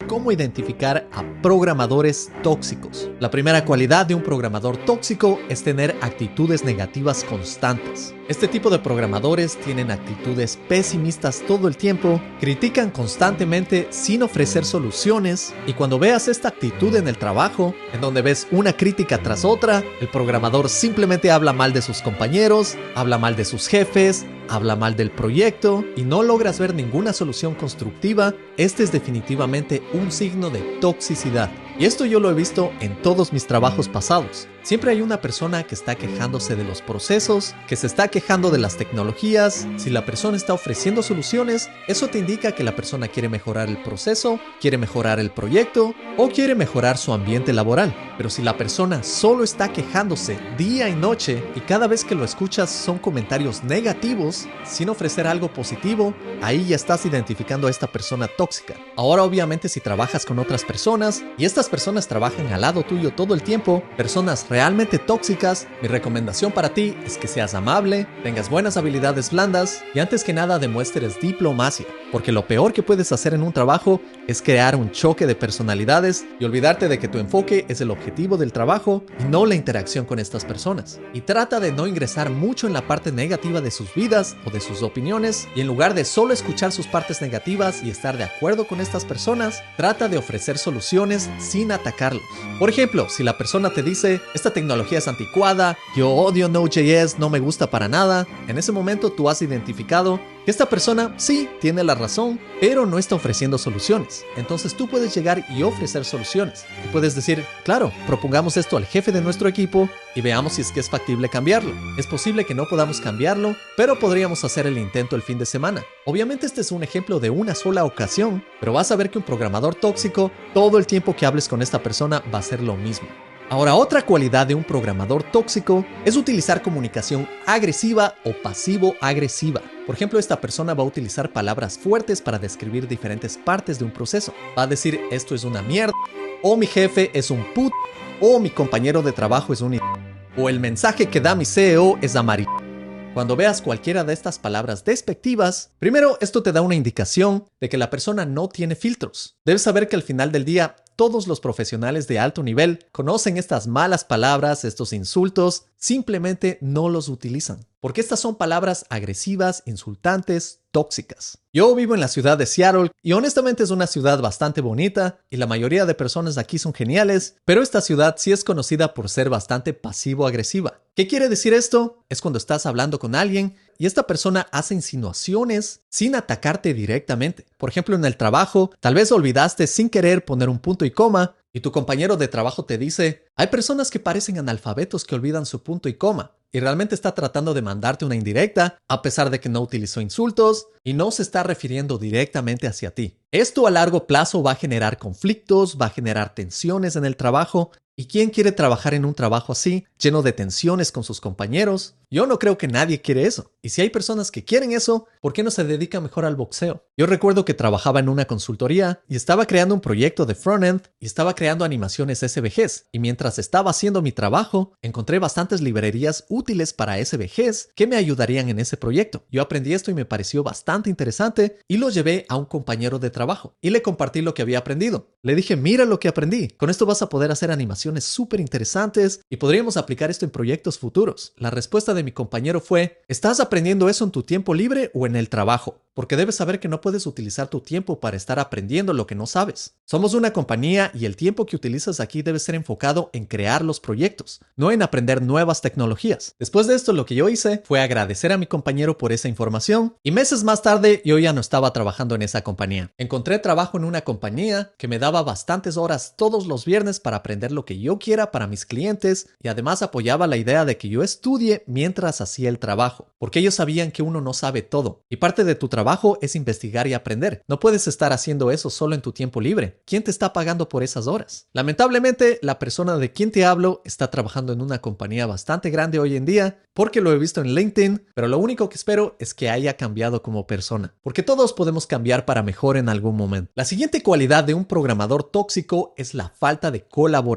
cómo identificar a programadores tóxicos. La primera cualidad de un programador tóxico es tener actitudes negativas constantes. Este tipo de programadores tienen actitudes pesimistas todo el tiempo, critican constantemente sin ofrecer soluciones, y cuando veas esta actitud en el trabajo, en donde ves una crítica tras otra, el programador simplemente habla mal de sus compañeros, habla mal de sus jefes, habla mal del proyecto y no logras ver ninguna solución constructiva, este es definitivamente un signo de toxicidad. Y esto yo lo he visto en todos mis trabajos pasados. Siempre hay una persona que está quejándose de los procesos, que se está quejando de las tecnologías. Si la persona está ofreciendo soluciones, eso te indica que la persona quiere mejorar el proceso, quiere mejorar el proyecto o quiere mejorar su ambiente laboral. Pero si la persona solo está quejándose día y noche y cada vez que lo escuchas son comentarios negativos, sin ofrecer algo positivo, ahí ya estás identificando a esta persona tóxica. Ahora obviamente si trabajas con otras personas y estas personas trabajan al lado tuyo todo el tiempo, personas realmente tóxicas, mi recomendación para ti es que seas amable, tengas buenas habilidades blandas y antes que nada demuestres diplomacia, porque lo peor que puedes hacer en un trabajo es crear un choque de personalidades y olvidarte de que tu enfoque es el objetivo del trabajo y no la interacción con estas personas. Y trata de no ingresar mucho en la parte negativa de sus vidas o de sus opiniones, y en lugar de solo escuchar sus partes negativas y estar de acuerdo con estas personas, trata de ofrecer soluciones sin atacarlos. Por ejemplo, si la persona te dice, esta tecnología es anticuada, yo odio Node.js, no me gusta para nada, en ese momento tú has identificado que esta persona sí tiene la razón, pero no está ofreciendo soluciones. Entonces tú puedes llegar y ofrecer soluciones. Y puedes decir, claro, propongamos esto al jefe de nuestro equipo y veamos si es que es factible cambiarlo. Es posible que no podamos cambiarlo, pero podríamos hacer el intento el fin de semana. Obviamente este es un ejemplo de una sola ocasión, pero vas a ver que un programador tóxico, todo el tiempo que hables con esta persona va a ser lo mismo. Ahora, otra cualidad de un programador tóxico es utilizar comunicación agresiva o pasivo-agresiva. Por ejemplo, esta persona va a utilizar palabras fuertes para describir diferentes partes de un proceso. Va a decir, esto es una mierda, o mi jefe es un puto, o mi compañero de trabajo es un o el mensaje que da mi CEO es amarillo. Cuando veas cualquiera de estas palabras despectivas, primero esto te da una indicación de que la persona no tiene filtros. Debes saber que al final del día, todos los profesionales de alto nivel conocen estas malas palabras, estos insultos, simplemente no los utilizan. Porque estas son palabras agresivas, insultantes, tóxicas. Yo vivo en la ciudad de Seattle y honestamente es una ciudad bastante bonita y la mayoría de personas aquí son geniales, pero esta ciudad sí es conocida por ser bastante pasivo-agresiva. ¿Qué quiere decir esto? Es cuando estás hablando con alguien y esta persona hace insinuaciones sin atacarte directamente. Por ejemplo, en el trabajo, tal vez olvidaste sin querer poner un punto y coma y tu compañero de trabajo te dice, hay personas que parecen analfabetos que olvidan su punto y coma. Y realmente está tratando de mandarte una indirecta, a pesar de que no utilizó insultos y no se está refiriendo directamente hacia ti. Esto a largo plazo va a generar conflictos, va a generar tensiones en el trabajo. ¿Y quién quiere trabajar en un trabajo así, lleno de tensiones con sus compañeros? Yo no creo que nadie quiere eso. Y si hay personas que quieren eso, ¿por qué no se dedican mejor al boxeo? Yo recuerdo que trabajaba en una consultoría y estaba creando un proyecto de frontend y estaba creando animaciones SVGs. Y mientras estaba haciendo mi trabajo, encontré bastantes librerías útiles para SVGs que me ayudarían en ese proyecto. Yo aprendí esto y me pareció bastante interesante y lo llevé a un compañero de trabajo y le compartí lo que había aprendido. Le dije, mira lo que aprendí. Con esto vas a poder hacer animaciones súper interesantes y podríamos aplicar esto en proyectos futuros. La respuesta de mi compañero fue, ¿estás aprendiendo eso en tu tiempo libre o en el trabajo? Porque debes saber que no puedes utilizar tu tiempo para estar aprendiendo lo que no sabes. Somos una compañía y el tiempo que utilizas aquí debe ser enfocado en crear los proyectos, no en aprender nuevas tecnologías. Después de esto, lo que yo hice fue agradecer a mi compañero por esa información y meses más tarde yo ya no estaba trabajando en esa compañía. Encontré trabajo en una compañía que me daba bastantes horas todos los viernes para aprender lo que yo quiera para mis clientes y además apoyaba la idea de que yo estudie mientras hacía el trabajo, porque ellos sabían que uno no sabe todo y parte de tu trabajo es investigar y aprender. No puedes estar haciendo eso solo en tu tiempo libre. ¿Quién te está pagando por esas horas? Lamentablemente, la persona de quien te hablo está trabajando en una compañía bastante grande hoy en día, porque lo he visto en LinkedIn, pero lo único que espero es que haya cambiado como persona, porque todos podemos cambiar para mejor en algún momento. La siguiente cualidad de un programador tóxico es la falta de colaboración.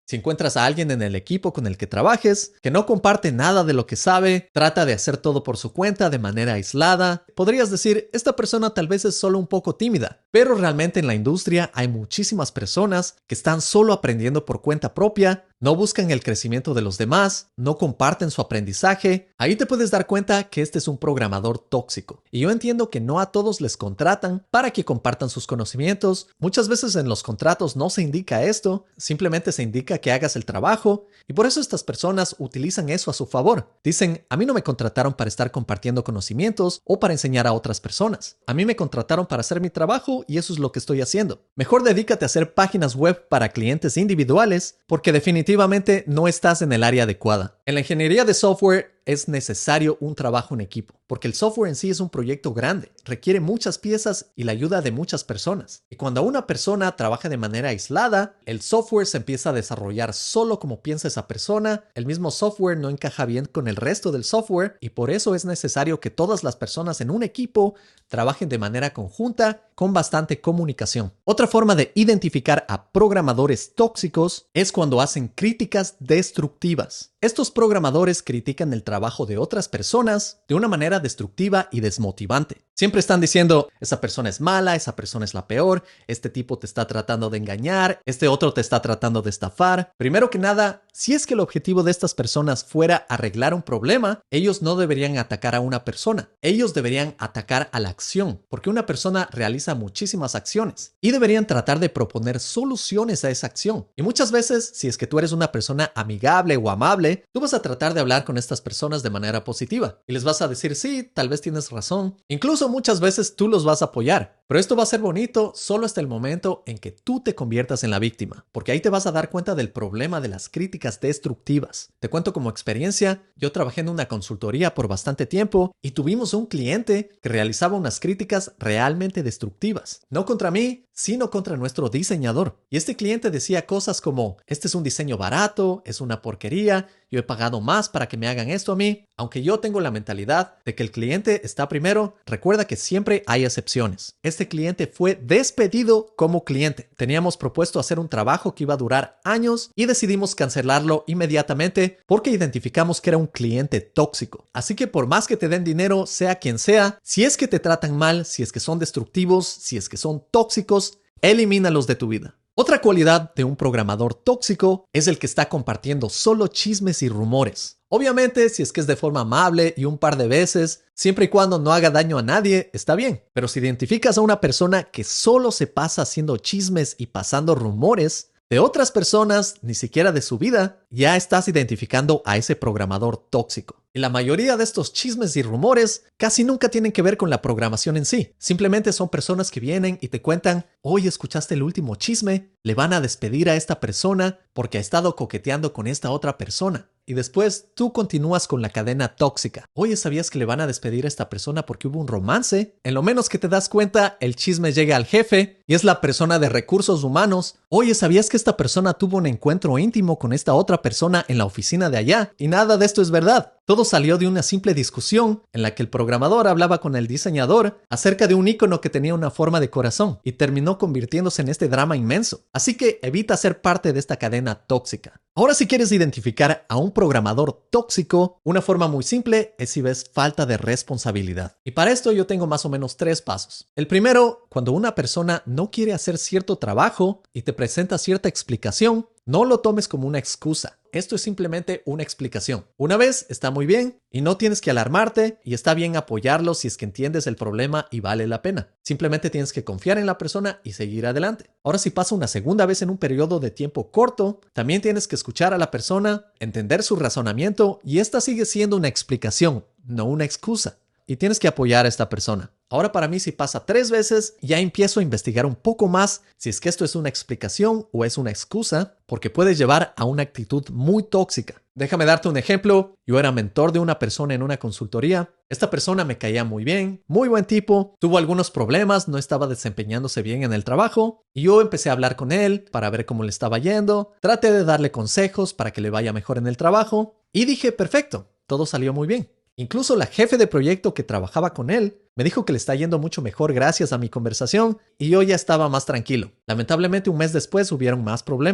Si encuentras a alguien en el equipo con el que trabajes que no comparte nada de lo que sabe, trata de hacer todo por su cuenta de manera aislada, podrías decir, esta persona tal vez es solo un poco tímida, pero realmente en la industria hay muchísimas personas que están solo aprendiendo por cuenta propia, no buscan el crecimiento de los demás, no comparten su aprendizaje. Ahí te puedes dar cuenta que este es un programador tóxico. Y yo entiendo que no a todos les contratan para que compartan sus conocimientos. Muchas veces en los contratos no se indica esto, simplemente se indica que hagas el trabajo y por eso estas personas utilizan eso a su favor. Dicen, a mí no me contrataron para estar compartiendo conocimientos o para enseñar a otras personas. A mí me contrataron para hacer mi trabajo y eso es lo que estoy haciendo. Mejor dedícate a hacer páginas web para clientes individuales porque definitivamente no estás en el área adecuada. En la ingeniería de software es necesario un trabajo en equipo, porque el software en sí es un proyecto grande, requiere muchas piezas y la ayuda de muchas personas. Y cuando una persona trabaja de manera aislada, el software se empieza a desarrollar solo como piensa esa persona, el mismo software no encaja bien con el resto del software y por eso es necesario que todas las personas en un equipo trabajen de manera conjunta con bastante comunicación. Otra forma de identificar a programadores tóxicos es cuando hacen críticas destructivas. Estos programadores critican el trabajo de otras personas de una manera destructiva y desmotivante. Siempre están diciendo, esa persona es mala, esa persona es la peor, este tipo te está tratando de engañar, este otro te está tratando de estafar. Primero que nada, si es que el objetivo de estas personas fuera arreglar un problema, ellos no deberían atacar a una persona. Ellos deberían atacar a la acción, porque una persona realiza muchísimas acciones y deberían tratar de proponer soluciones a esa acción. Y muchas veces, si es que tú eres una persona amigable o amable, tú vas a tratar de hablar con estas personas de manera positiva y les vas a decir, sí, tal vez tienes razón. Incluso muchas veces tú los vas a apoyar, pero esto va a ser bonito solo hasta el momento en que tú te conviertas en la víctima, porque ahí te vas a dar cuenta del problema de las críticas destructivas. Te cuento como experiencia, yo trabajé en una consultoría por bastante tiempo y tuvimos un cliente que realizaba unas críticas realmente destructivas, no contra mí, sino contra nuestro diseñador. Y este cliente decía cosas como, este es un diseño barato, es una porquería, yo he pagado más para que me hagan esto a mí. Aunque yo tengo la mentalidad de que el cliente está primero, recuerda que siempre hay excepciones. Este cliente fue despedido como cliente. Teníamos propuesto hacer un trabajo que iba a durar años y decidimos cancelarlo inmediatamente porque identificamos que era un cliente tóxico. Así que por más que te den dinero, sea quien sea, si es que te tratan mal, si es que son destructivos, si es que son tóxicos, elimínalos de tu vida. Otra cualidad de un programador tóxico es el que está compartiendo solo chismes y rumores. Obviamente, si es que es de forma amable y un par de veces, siempre y cuando no haga daño a nadie, está bien. Pero si identificas a una persona que solo se pasa haciendo chismes y pasando rumores de otras personas, ni siquiera de su vida, ya estás identificando a ese programador tóxico. Y la mayoría de estos chismes y rumores casi nunca tienen que ver con la programación en sí. Simplemente son personas que vienen y te cuentan, hoy escuchaste el último chisme, le van a despedir a esta persona porque ha estado coqueteando con esta otra persona. Y después tú continúas con la cadena tóxica. Oye, ¿sabías que le van a despedir a esta persona porque hubo un romance? En lo menos que te das cuenta, el chisme llega al jefe y es la persona de recursos humanos. Oye, ¿sabías que esta persona tuvo un encuentro íntimo con esta otra persona en la oficina de allá? Y nada de esto es verdad. Todo salió de una simple discusión en la que el programador hablaba con el diseñador acerca de un icono que tenía una forma de corazón y terminó convirtiéndose en este drama inmenso. Así que evita ser parte de esta cadena tóxica. Ahora, si quieres identificar a un programador tóxico, una forma muy simple es si ves falta de responsabilidad. Y para esto yo tengo más o menos 3 pasos. El primero, cuando una persona no quiere hacer cierto trabajo y te presenta cierta explicación, no lo tomes como una excusa. Esto es simplemente una explicación. Una vez está muy bien y no tienes que alarmarte y está bien apoyarlo si es que entiendes el problema y vale la pena. Simplemente tienes que confiar en la persona y seguir adelante. Ahora, si pasa una segunda vez en un periodo de tiempo corto, también tienes que escuchar a la persona, entender su razonamiento y esta sigue siendo una explicación, no una excusa. Y tienes que apoyar a esta persona. Ahora, para mí, si pasa 3 veces, ya empiezo a investigar un poco más si es que esto es una explicación o es una excusa, porque puede llevar a una actitud muy tóxica. Déjame darte un ejemplo. Yo era mentor de una persona en una consultoría. Esta persona me caía muy bien, muy buen tipo, tuvo algunos problemas, no estaba desempeñándose bien en el trabajo y yo empecé a hablar con él para ver cómo le estaba yendo. Traté de darle consejos para que le vaya mejor en el trabajo y dije, perfecto, todo salió muy bien. Incluso la jefe de proyecto que trabajaba con él me dijo que le está yendo mucho mejor gracias a mi conversación y yo ya estaba más tranquilo. Lamentablemente, un mes después hubieron más problemas.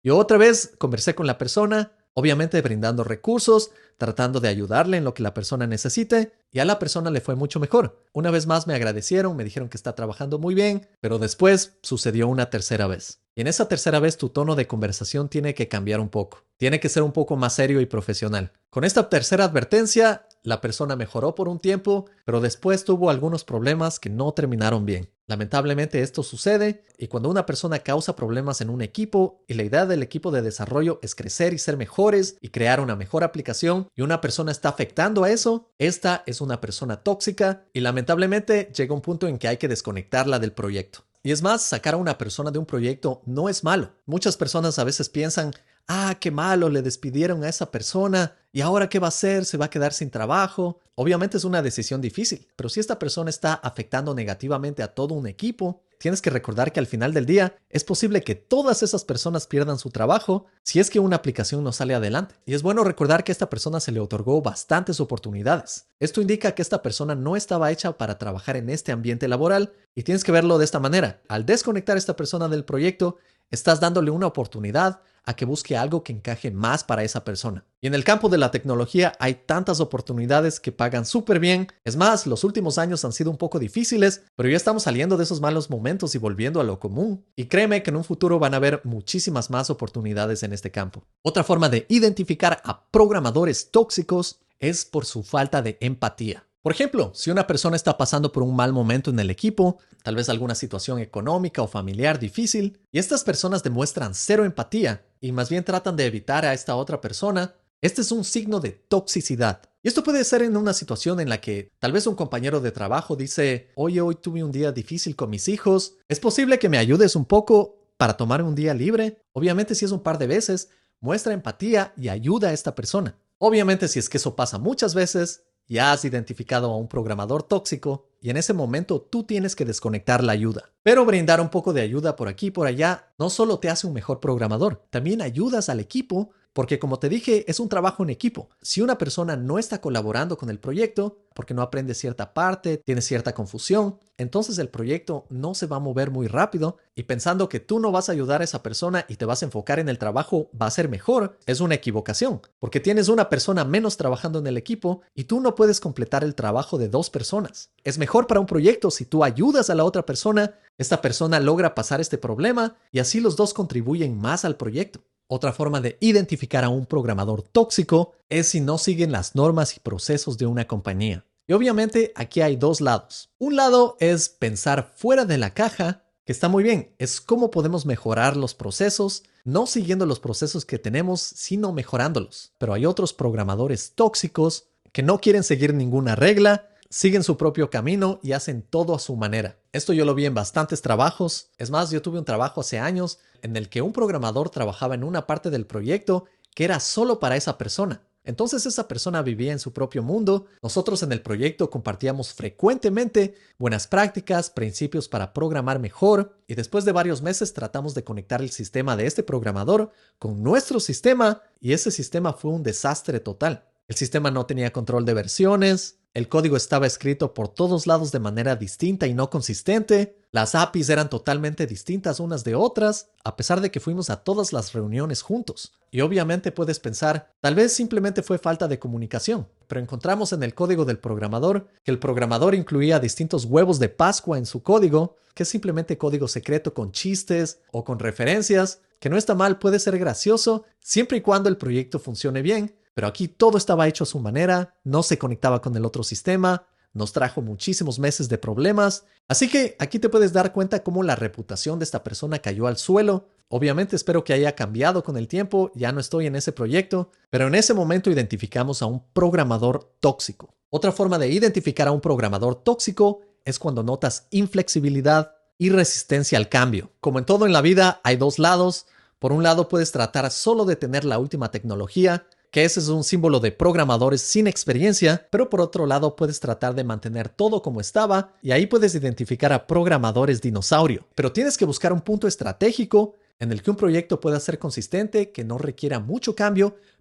Y otra vez conversé con la persona, obviamente brindando recursos, tratando de ayudarle en lo que la persona necesite, y a la persona le fue mucho mejor. Una vez más me agradecieron, me dijeron que está trabajando muy bien, pero después sucedió una tercera vez. Y en esa tercera vez tu tono de conversación tiene que cambiar un poco. Tiene que ser un poco más serio y profesional. Con esta tercera advertencia, la persona mejoró por un tiempo, pero después tuvo algunos problemas que no terminaron bien. Lamentablemente esto sucede, y cuando una persona causa problemas en un equipo y la idea del equipo de desarrollo es crecer y ser mejores y crear una mejor aplicación, y una persona está afectando a eso, esta es una persona tóxica y lamentablemente llega un punto en que hay que desconectarla del proyecto. Y es más, sacar a una persona de un proyecto no es malo. Muchas personas a veces piensan, qué malo, le despidieron a esa persona y ahora qué va a hacer, se va a quedar sin trabajo. Obviamente es una decisión difícil, pero si esta persona está afectando negativamente a todo un equipo, tienes que recordar que al final del día es posible que todas esas personas pierdan su trabajo si es que una aplicación no sale adelante. Y es bueno recordar que a esta persona se le otorgó bastantes oportunidades. Esto indica que esta persona no estaba hecha para trabajar en este ambiente laboral y tienes que verlo de esta manera. Al desconectar a esta persona del proyecto, estás dándole una oportunidad a que busque algo que encaje más para esa persona. Y en el campo de la tecnología hay tantas oportunidades que pagan súper bien. Es más, los últimos años han sido un poco difíciles, pero ya estamos saliendo de esos malos momentos y volviendo a lo común. Y créeme que en un futuro van a haber muchísimas más oportunidades en este campo. Otra forma de identificar a programadores tóxicos es por su falta de empatía. Por ejemplo, si una persona está pasando por un mal momento en el equipo, tal vez alguna situación económica o familiar difícil, y estas personas demuestran cero empatía y más bien tratan de evitar a esta otra persona, este es un signo de toxicidad. Y esto puede ser en una situación en la que tal vez un compañero de trabajo dice, oye, hoy tuve un día difícil con mis hijos, ¿es posible que me ayudes un poco para tomar un día libre? Obviamente si es un par de veces, muestra empatía y ayuda a esta persona. Obviamente si es que eso pasa muchas veces, ya has identificado a un programador tóxico y en ese momento tú tienes que desconectar la ayuda. Pero brindar un poco de ayuda por aquí y por allá no solo te hace un mejor programador, también ayudas al equipo porque como te dije es un trabajo en equipo. Si una persona no está colaborando con el proyecto porque no aprende cierta parte, tiene cierta confusión, entonces el proyecto no se va a mover muy rápido y pensando que tú no vas a ayudar a esa persona y te vas a enfocar en el trabajo va a ser mejor, es una equivocación porque tienes una persona menos trabajando en el equipo y tú no puedes completar el trabajo de dos personas. Es mejor para un proyecto si tú ayudas a la otra persona, esta persona logra pasar este problema y así los dos contribuyen más al proyecto. Otra forma de identificar a un programador tóxico es si no siguen las normas y procesos de una compañía. Y obviamente aquí hay dos lados. Un lado es pensar fuera de la caja, que está muy bien, es cómo podemos mejorar los procesos, no siguiendo los procesos que tenemos, sino mejorándolos. Pero hay otros programadores tóxicos que no quieren seguir ninguna regla, siguen su propio camino y hacen todo a su manera. Esto yo lo vi en bastantes trabajos. Es más, yo tuve un trabajo hace años en el que un programador trabajaba en una parte del proyecto que era solo para esa persona. Entonces esa persona vivía en su propio mundo. Nosotros en el proyecto compartíamos frecuentemente buenas prácticas, principios para programar mejor y después de varios meses tratamos de conectar el sistema de este programador con nuestro sistema y ese sistema fue un desastre total. El sistema no tenía control de versiones, el código estaba escrito por todos lados de manera distinta y no consistente, las APIs eran totalmente distintas unas de otras, a pesar de que fuimos a todas las reuniones juntos. Y obviamente puedes pensar, tal vez simplemente fue falta de comunicación, pero encontramos en el código del programador que el programador incluía distintos huevos de Pascua en su código, que es simplemente código secreto con chistes o con referencias, que no está mal, puede ser gracioso, siempre y cuando el proyecto funcione bien. Pero aquí todo estaba hecho a su manera, no se conectaba con el otro sistema, nos trajo muchísimos meses de problemas. Así que aquí te puedes dar cuenta cómo la reputación de esta persona cayó al suelo. Obviamente espero que haya cambiado con el tiempo, ya no estoy en ese proyecto, pero en ese momento identificamos a un programador tóxico. Otra forma de identificar a un programador tóxico es cuando notas inflexibilidad y resistencia al cambio. Como en todo en la vida, hay dos lados. Por un lado puedes tratar solo de tener la última tecnología, que ese es un símbolo de programadores sin experiencia, pero por otro lado puedes tratar de mantener todo como estaba y ahí puedes identificar a programadores dinosaurio. Pero tienes que buscar un punto estratégico en el que un proyecto pueda ser consistente, que no requiera mucho cambio,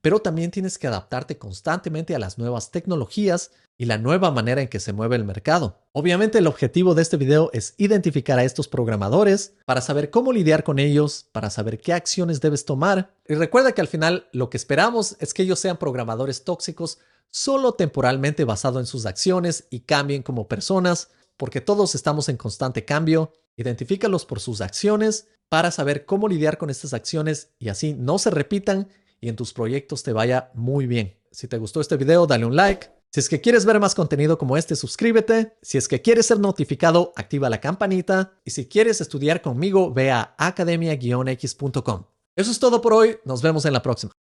pero también tienes que adaptarte constantemente a las nuevas tecnologías y la nueva manera en que se mueve el mercado. Obviamente el objetivo de este video es identificar a estos programadores para saber cómo lidiar con ellos, para saber qué acciones debes tomar. Y recuerda que al final lo que esperamos es que ellos sean programadores tóxicos solo temporalmente basado en sus acciones y cambien como personas, porque todos estamos en constante cambio. Identifícalos por sus acciones para saber cómo lidiar con estas acciones y así no se repitan y en tus proyectos te vaya muy bien. Si te gustó este video, dale un like. Si es que quieres ver más contenido como este, suscríbete. Si es que quieres ser notificado, activa la campanita. Y si quieres estudiar conmigo, ve a academia-x.com. Eso es todo por hoy. Nos vemos en la próxima.